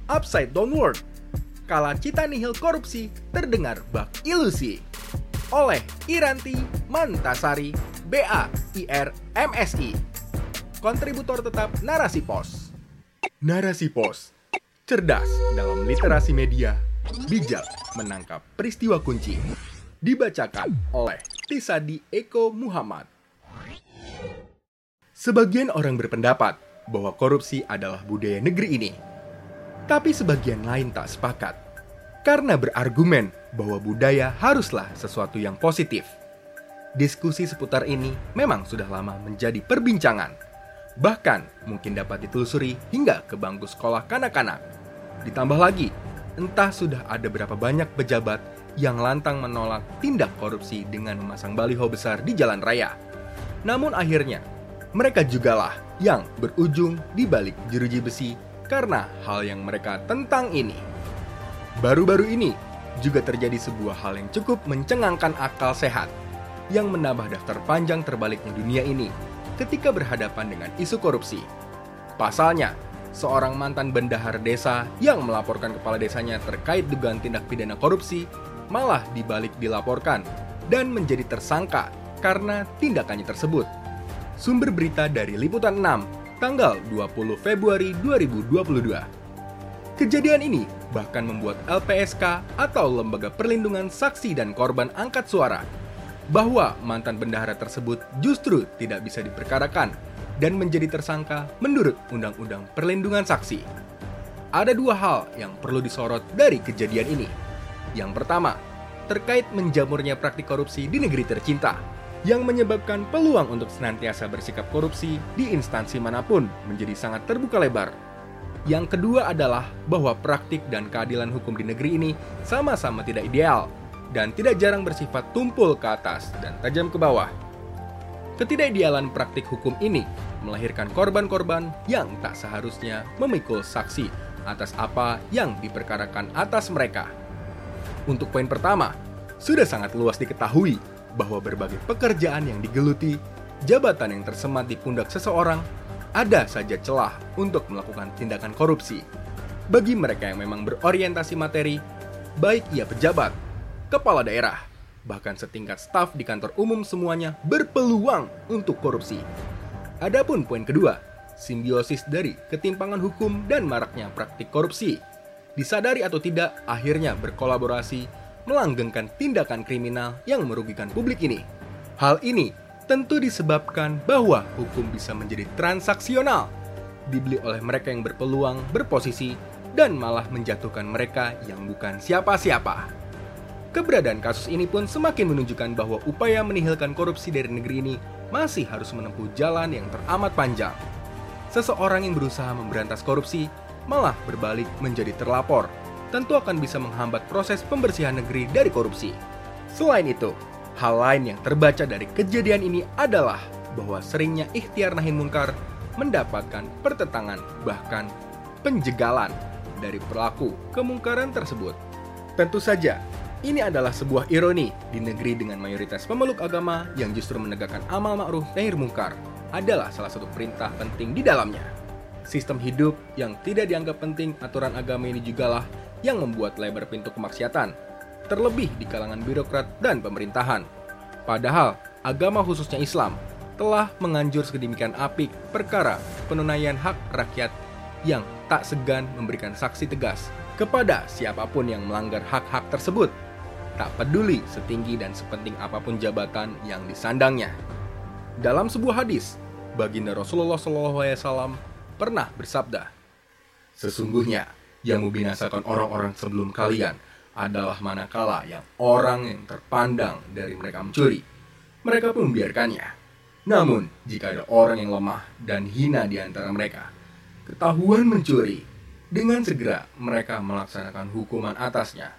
Upside Down World. Kala cita nihil korupsi terdengar bak ilusi. Oleh Iranti Mantasari, BA IR MSI. Kontributor tetap Narasi Pos. Narasi Pos, cerdas dalam literasi media, bijak menangkap peristiwa kunci. Dibacakan oleh Tisadi Eko Muhammad. Sebagian orang berpendapat bahwa korupsi adalah budaya negeri ini. Tapi sebagian lain tak sepakat, karena berargumen bahwa budaya haruslah sesuatu yang positif. Diskusi seputar ini memang sudah lama menjadi perbincangan. Bahkan mungkin dapat ditelusuri hingga ke bangku sekolah kanak-kanak. Ditambah lagi, entah sudah ada berapa banyak pejabat yang lantang menolak tindak korupsi dengan memasang baliho besar di jalan raya. Namun akhirnya, mereka jugalah yang berujung di balik jeruji besi karena hal yang mereka tentang ini. Baru-baru ini juga terjadi sebuah hal yang cukup mencengangkan akal sehat yang menambah daftar panjang terbaliknya dunia ini ketika berhadapan dengan isu korupsi. Pasalnya, seorang mantan bendahara desa yang melaporkan kepala desanya terkait dugaan tindak pidana korupsi malah dibalik dilaporkan dan menjadi tersangka karena tindakannya tersebut. Sumber berita dari Liputan 6 tanggal 20 Februari 2022. Kejadian ini bahkan membuat LPSK atau Lembaga Perlindungan Saksi dan Korban angkat suara bahwa mantan bendahara tersebut justru tidak bisa diperkarakan dan menjadi tersangka menurut Undang-Undang Perlindungan Saksi. Ada dua hal yang perlu disorot dari kejadian ini. Yang pertama, terkait menjamurnya praktik korupsi di negeri tercinta, yang menyebabkan peluang untuk senantiasa bersikap korupsi di instansi manapun menjadi sangat terbuka lebar. Yang kedua adalah bahwa praktik dan keadilan hukum di negeri ini sama-sama tidak ideal dan tidak jarang bersifat tumpul ke atas dan tajam ke bawah. Ketidakidealan praktik hukum ini melahirkan korban-korban yang tak seharusnya memikul saksi atas apa yang diperkarakan atas mereka. Untuk poin pertama, sudah sangat luas diketahui bahwa berbagai pekerjaan yang digeluti, jabatan yang tersemat di pundak seseorang, ada saja celah untuk melakukan tindakan korupsi. Bagi mereka yang memang berorientasi materi, baik ia pejabat, kepala daerah, bahkan setingkat staf di kantor umum semuanya berpeluang untuk korupsi. Adapun poin kedua, simbiosis dari ketimpangan hukum dan maraknya praktik korupsi. Disadari atau tidak, akhirnya berkolaborasi melanggengkan tindakan kriminal yang merugikan publik ini. Hal ini tentu disebabkan bahwa hukum bisa menjadi transaksional, dibeli oleh mereka yang berpeluang, berposisi, dan malah menjatuhkan mereka yang bukan siapa-siapa. Keberadaan kasus ini pun semakin menunjukkan bahwa upaya menihilkan korupsi dari negeri ini masih harus menempuh jalan yang teramat panjang. Seseorang yang berusaha memberantas korupsi malah berbalik menjadi terlapor, tentu akan bisa menghambat proses pembersihan negeri dari korupsi. Selain itu, hal lain yang terbaca dari kejadian ini adalah bahwa seringnya ikhtiar nahi munkar mendapatkan pertentangan bahkan penjegalan dari pelaku kemungkaran tersebut. Tentu saja, ini adalah sebuah ironi di negeri dengan mayoritas pemeluk agama yang justru menegakkan amal ma'ruf nahi munkar adalah salah satu perintah penting di dalamnya. Sistem hidup yang tidak dianggap penting aturan agama ini jugalah yang membuat lebar pintu kemaksiatan, terlebih di kalangan birokrat dan pemerintahan. Padahal, agama khususnya Islam telah menganjur sedemikian apik perkara penunaian hak rakyat yang tak segan memberikan saksi tegas kepada siapapun yang melanggar hak-hak tersebut, tak peduli setinggi dan sepenting apapun jabatan yang disandangnya. Dalam sebuah hadis, baginda Rasulullah SAW pernah bersabda, "Sesungguhnya yang membinasakan orang-orang sebelum kalian adalah manakala yang orang yang terpandang dari mereka mencuri, mereka pun membiarkannya. Namun, jika ada orang yang lemah dan hina di antara mereka, ketahuan mencuri, dengan segera mereka melaksanakan hukuman atasnya."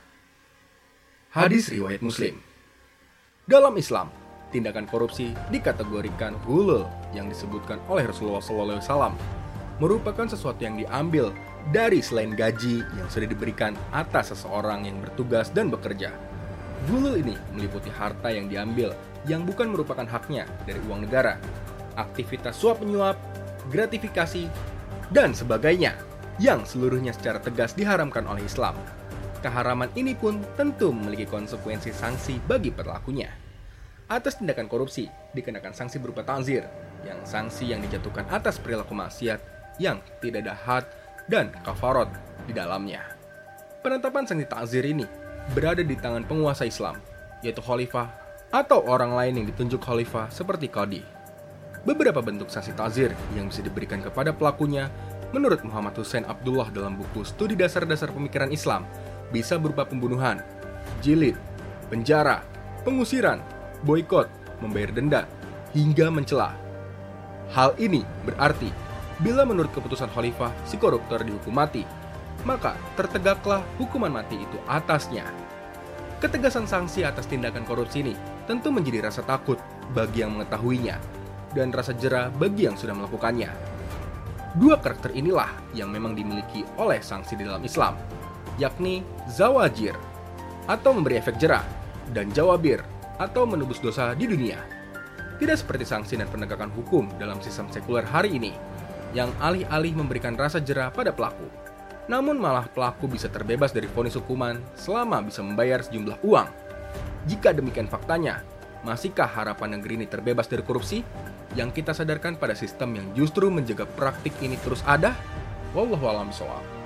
Hadis riwayat Muslim. Dalam Islam, tindakan korupsi dikategorikan ghulul yang disebutkan oleh Rasulullah SAW merupakan sesuatu yang diambil dari selain gaji yang sudah diberikan atas seseorang yang bertugas dan bekerja. Ghulul ini meliputi harta yang diambil yang bukan merupakan haknya dari uang negara, aktivitas suap-menyuap, gratifikasi, dan sebagainya. yang seluruhnya secara tegas diharamkan oleh Islam. Keharaman ini pun tentu memiliki konsekuensi sanksi bagi pelakunya. Atas tindakan korupsi dikenakan sanksi berupa ta'zir, yang sanksi yang dijatuhkan atas perilaku maksiat yang tidak ada had dan kafarot di dalamnya. Penetapan sanksi ta'zir ini berada di tangan penguasa Islam, yaitu khalifah atau orang lain yang ditunjuk khalifah seperti qadhi. Beberapa bentuk sanksi ta'zir yang bisa diberikan kepada pelakunya menurut Muhammad Hussein Abdullah dalam buku Studi Dasar-Dasar Pemikiran Islam bisa berupa pembunuhan, jilid, penjara, pengusiran, boikot, membayar denda, hingga mencela. Hal ini berarti bila menurut keputusan khalifah si koruptor dihukum mati, maka tertegaklah hukuman mati itu atasnya. Ketegasan sanksi atas tindakan korupsi ini tentu menjadi rasa takut bagi yang mengetahuinya dan rasa jera bagi yang sudah melakukannya. Dua karakter inilah yang memang dimiliki oleh sanksi di dalam Islam, yakni zawajir atau memberi efek jera dan jawabir atau menebus dosa di dunia. Tidak seperti sanksi dan penegakan hukum dalam sistem sekuler hari ini yang alih-alih memberikan rasa jera pada pelaku, namun malah pelaku bisa terbebas dari vonis hukuman selama bisa membayar sejumlah uang. Jika demikian faktanya, masihkah harapan negeri ini terbebas dari korupsi? Yang kita sadarkan pada sistem yang justru menjaga praktik ini terus ada? Wallahu a'lam bishawab.